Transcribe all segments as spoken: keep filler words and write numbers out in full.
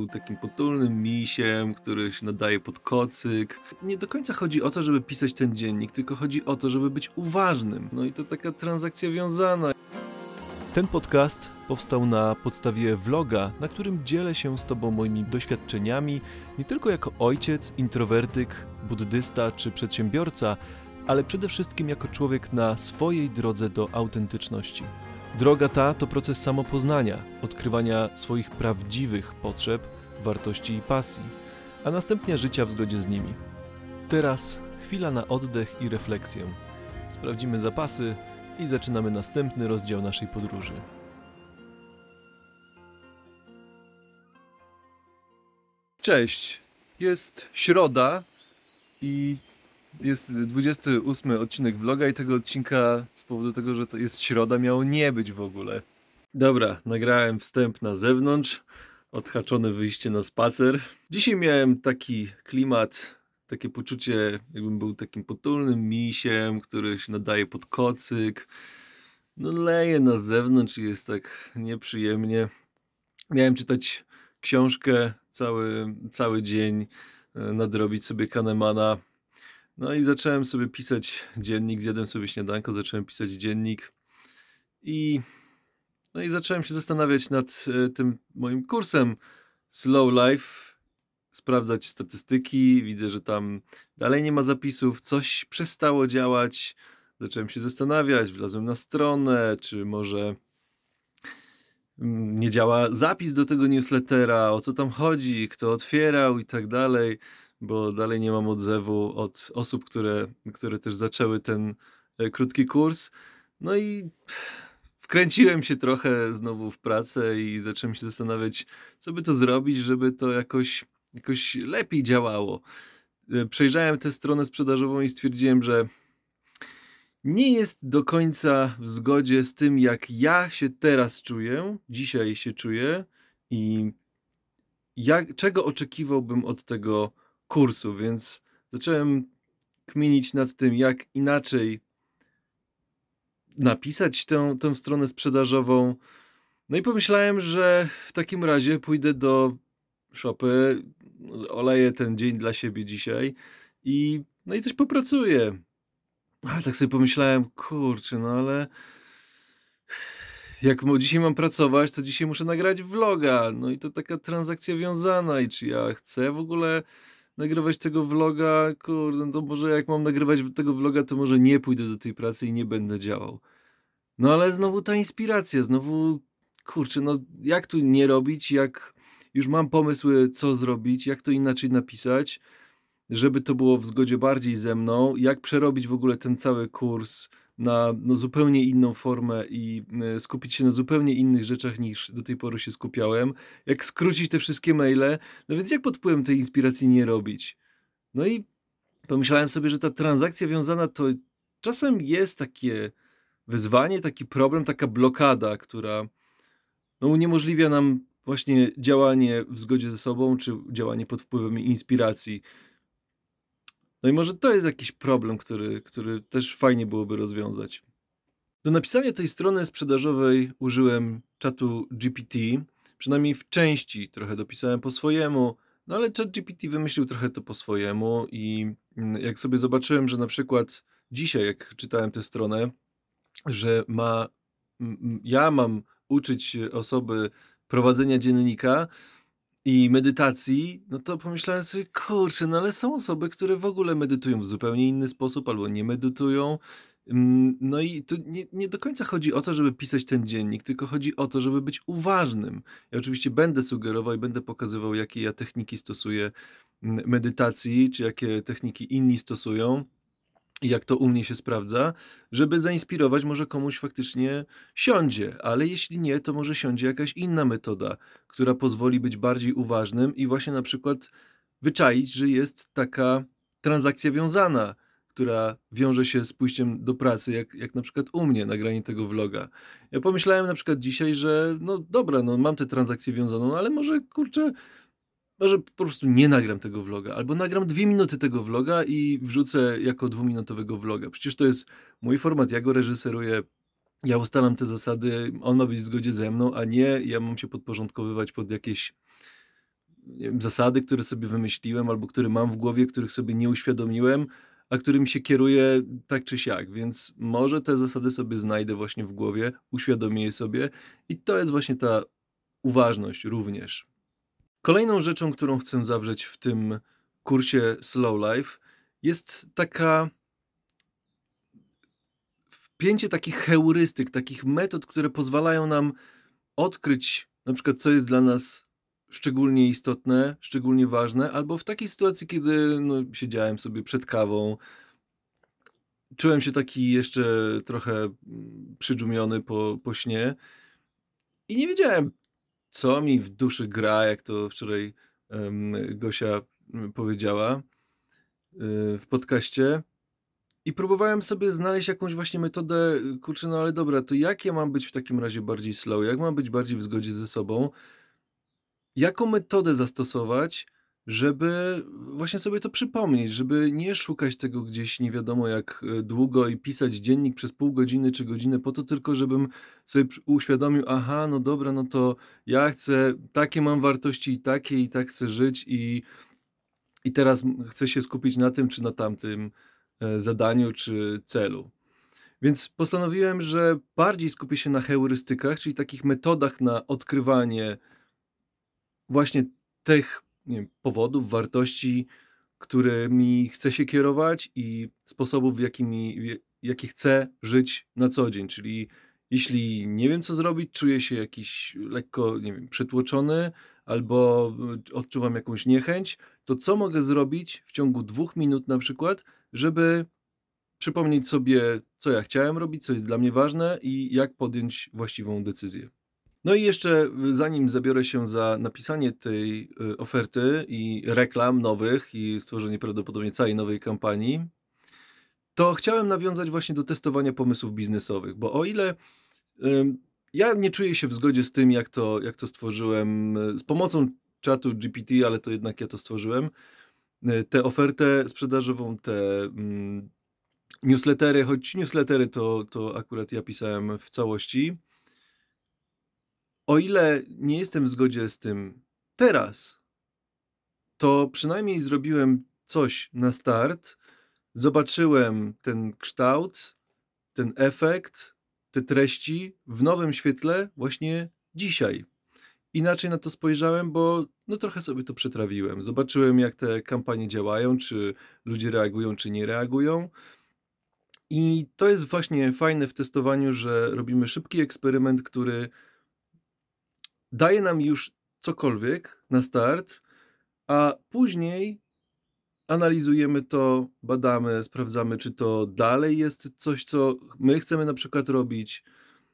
był takim potulnym misiem, który się nadaje pod kocyk. Nie do końca chodzi o to, żeby pisać ten dziennik, tylko chodzi o to, żeby być uważnym. No i to taka transakcja wiązana. Ten podcast powstał na podstawie vloga, na którym dzielę się z Tobą moimi doświadczeniami, nie tylko jako ojciec, introwertyk, buddysta czy przedsiębiorca, ale przede wszystkim jako człowiek na swojej drodze do autentyczności. Droga ta to proces samopoznania, odkrywania swoich prawdziwych potrzeb, wartości i pasji, a następnie życia w zgodzie z nimi. Teraz chwila na oddech i refleksję. Sprawdzimy zapasy i zaczynamy następny rozdział naszej podróży. Cześć, jest środa i jest dwudziesty ósmy odcinek vloga i tego odcinka z powodu tego, że to jest środa, miało nie być w ogóle. Dobra, nagrałem wstęp na zewnątrz, odhaczone wyjście na spacer. Dzisiaj miałem taki klimat, takie poczucie, jakbym był takim potulnym misiem, który się nadaje pod kocyk. No leje na zewnątrz i jest tak nieprzyjemnie. Miałem czytać książkę cały, cały dzień, nadrobić sobie Kahnemana. No i zacząłem sobie pisać dziennik, zjadłem sobie śniadanko, zacząłem pisać dziennik i, no i zacząłem się zastanawiać nad e, tym moim kursem Slow Life, sprawdzać statystyki, widzę, że tam dalej nie ma zapisów, coś przestało działać, zacząłem się zastanawiać, wlazłem na stronę, czy może mm, nie działa zapis do tego newslettera, o co tam chodzi, kto otwierał i tak dalej, bo dalej nie mam odzewu od osób, które, które też zaczęły ten e, krótki kurs. No i wkręciłem się trochę znowu w pracę i zacząłem się zastanawiać, co by to zrobić, żeby to jakoś, jakoś lepiej działało. E, Przejrzałem tę stronę sprzedażową i stwierdziłem, że nie jest do końca w zgodzie z tym, jak ja się teraz czuję, dzisiaj się czuję i jak, czego oczekiwałbym od tego kursu, więc zacząłem kminić nad tym, jak inaczej napisać tę, tę stronę sprzedażową. No i pomyślałem, że w takim razie pójdę do szopy, oleję ten dzień dla siebie dzisiaj i no i coś popracuję. Ale tak sobie pomyślałem, kurczę, no ale jak mo- dzisiaj mam pracować, to dzisiaj muszę nagrać vloga. No i to taka transakcja wiązana. I czy ja chcę w ogóle nagrywać tego vloga? Kurde, no to może jak mam nagrywać tego vloga, to może nie pójdę do tej pracy i nie będę działał. No ale znowu ta inspiracja, znowu, kurczę, no jak tu nie robić, jak już mam pomysły, co zrobić, jak to inaczej napisać, żeby to było w zgodzie bardziej ze mną, jak przerobić w ogóle ten cały kurs na no, zupełnie inną formę i y, skupić się na zupełnie innych rzeczach niż do tej pory się skupiałem, jak skrócić te wszystkie maile, no więc jak pod wpływem tej inspiracji nie robić? No i pomyślałem sobie, że ta transakcja wiązana to czasem jest takie wyzwanie, taki problem, taka blokada, która no, uniemożliwia nam właśnie działanie w zgodzie ze sobą, czy działanie pod wpływem inspiracji. No i może to jest jakiś problem, który, który też fajnie byłoby rozwiązać. Do napisania tej strony sprzedażowej użyłem czatu G P T, przynajmniej w części trochę dopisałem po swojemu, no ale czat G P T wymyślił trochę to po swojemu i mm, jak sobie zobaczyłem, że na przykład dzisiaj, jak czytałem tę stronę, że ma, m, m, ja mam uczyć osoby prowadzenia dziennika i medytacji, no to pomyślałem sobie, kurczę, no ale są osoby, które w ogóle medytują w zupełnie inny sposób albo nie medytują. Ym, No i to nie, nie do końca chodzi o to, żeby pisać ten dziennik, tylko chodzi o to, żeby być uważnym. Ja oczywiście będę sugerował i będę pokazywał, jakie ja techniki stosuję mm, medytacji, czy jakie techniki inni stosują i jak to u mnie się sprawdza, żeby zainspirować, może komuś faktycznie siądzie, ale jeśli nie, to może siądzie jakaś inna metoda, która pozwoli być bardziej uważnym i właśnie na przykład wyczaić, że jest taka transakcja wiązana, która wiąże się z pójściem do pracy, jak, jak na przykład u mnie, nagranie tego vloga. Ja pomyślałem na przykład dzisiaj, że no dobra, no mam tę transakcję wiązaną, ale może kurczę, może po prostu nie nagram tego vloga, albo nagram dwie minuty tego vloga i wrzucę jako dwuminutowego vloga. Przecież to jest mój format, ja go reżyseruję, ja ustalam te zasady, on ma być w zgodzie ze mną, a nie ja mam się podporządkowywać pod jakieś nie wiem, zasady, które sobie wymyśliłem albo które mam w głowie, których sobie nie uświadomiłem, a którymi się kieruję tak czy siak, więc może te zasady sobie znajdę właśnie w głowie, uświadomię je sobie i to jest właśnie ta uważność również. Kolejną rzeczą, którą chcę zawrzeć w tym kursie Slow Life jest taka wpięcie takich heurystyk, takich metod, które pozwalają nam odkryć na przykład, co jest dla nas szczególnie istotne, szczególnie ważne, albo w takiej sytuacji, kiedy no, siedziałem sobie przed kawą, czułem się taki jeszcze trochę przydżumiony po, po śnie i nie wiedziałem, co mi w duszy gra, jak to wczoraj um, Gosia powiedziała y, w podcaście. I próbowałem sobie znaleźć jakąś właśnie metodę, kurczę, no ale dobra, to jak ja mam być w takim razie bardziej slow, jak mam być bardziej w zgodzie ze sobą, jaką metodę zastosować, żeby właśnie sobie to przypomnieć, żeby nie szukać tego gdzieś nie wiadomo jak długo i pisać dziennik przez pół godziny czy godzinę po to tylko, żebym sobie uświadomił, aha, no dobra, no to ja chcę, takie mam wartości i takie i tak chcę żyć i, i teraz chcę się skupić na tym czy na tamtym zadaniu czy celu. Więc postanowiłem, że bardziej skupię się na heurystykach, czyli takich metodach na odkrywanie właśnie tych nie wiem, powodów, wartości, którymi chcę się kierować i sposobów, w jakimi, jakie chcę żyć na co dzień. Czyli jeśli nie wiem, co zrobić, czuję się jakiś lekko, nie wiem, przytłoczony albo odczuwam jakąś niechęć, to co mogę zrobić w ciągu dwóch minut na przykład, żeby przypomnieć sobie, co ja chciałem robić, co jest dla mnie ważne i jak podjąć właściwą decyzję. No i jeszcze zanim zabiorę się za napisanie tej oferty i reklam nowych i stworzenie prawdopodobnie całej nowej kampanii, to chciałem nawiązać właśnie do testowania pomysłów biznesowych, bo o ile y, ja nie czuję się w zgodzie z tym, jak to, jak to stworzyłem z pomocą czatu G P T, ale to jednak ja to stworzyłem, y, tę ofertę sprzedażową, te y, newslettery, choć newslettery to, to akurat ja pisałem w całości. O ile nie jestem w zgodzie z tym teraz, to przynajmniej zrobiłem coś na start, zobaczyłem ten kształt, ten efekt, te treści w nowym świetle właśnie dzisiaj. Inaczej na to spojrzałem, bo no trochę sobie to przetrawiłem. Zobaczyłem, jak te kampanie działają, czy ludzie reagują, czy nie reagują. I to jest właśnie fajne w testowaniu, że robimy szybki eksperyment, który daje nam już cokolwiek na start, a później analizujemy to, badamy, sprawdzamy, czy to dalej jest coś, co my chcemy na przykład robić.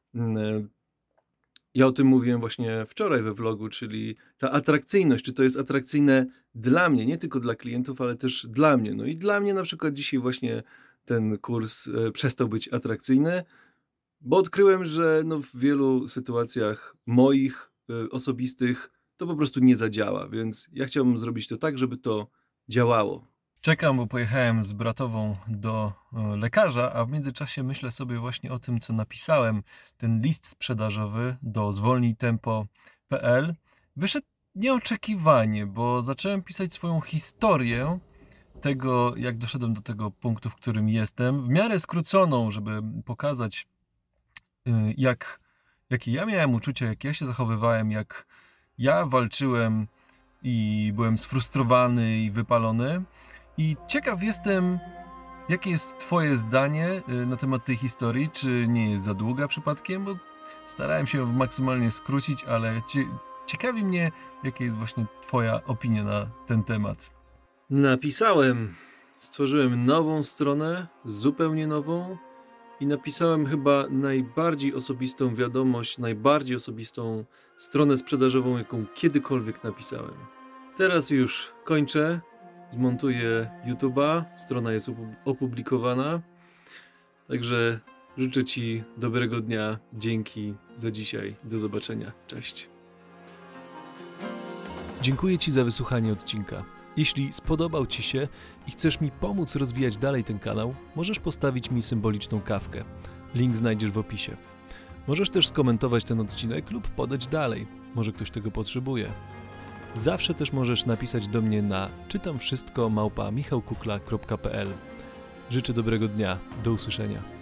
Ja o tym mówiłem właśnie wczoraj we vlogu, czyli ta atrakcyjność, czy to jest atrakcyjne dla mnie, nie tylko dla klientów, ale też dla mnie. No i dla mnie na przykład dzisiaj właśnie ten kurs przestał być atrakcyjny, bo odkryłem, że no w wielu sytuacjach moich osobistych to po prostu nie zadziała, więc ja chciałbym zrobić to tak, żeby to działało. Czekam, bo pojechałem z bratową do lekarza, a w międzyczasie myślę sobie właśnie o tym, co napisałem. Ten list sprzedażowy do zwolnij tempo kropka p l wyszedł nieoczekiwanie, bo zacząłem pisać swoją historię tego, jak doszedłem do tego punktu, w którym jestem, w miarę skróconą, żeby pokazać, jak, jakie ja miałem uczucia, jak ja się zachowywałem, jak ja walczyłem i byłem sfrustrowany i wypalony. I ciekaw jestem, jakie jest twoje zdanie na temat tej historii, czy nie jest za długa przypadkiem, bo starałem się maksymalnie skrócić, ale ciekawi mnie, jaka jest właśnie twoja opinia na ten temat. Napisałem, stworzyłem nową stronę, zupełnie nową i napisałem chyba najbardziej osobistą wiadomość, najbardziej osobistą stronę sprzedażową, jaką kiedykolwiek napisałem. Teraz już kończę, zmontuję YouTube'a, strona jest opublikowana, także życzę ci dobrego dnia, dzięki za dzisiaj, do zobaczenia, cześć. Dziękuję ci za wysłuchanie odcinka. Jeśli spodobał ci się i chcesz mi pomóc rozwijać dalej ten kanał, możesz postawić mi symboliczną kawkę. Link znajdziesz w opisie. Możesz też skomentować ten odcinek lub podać dalej. Może ktoś tego potrzebuje. Zawsze też możesz napisać do mnie na czytam wszystko małpa michał kukla kropka p l. Życzę dobrego dnia. Do usłyszenia.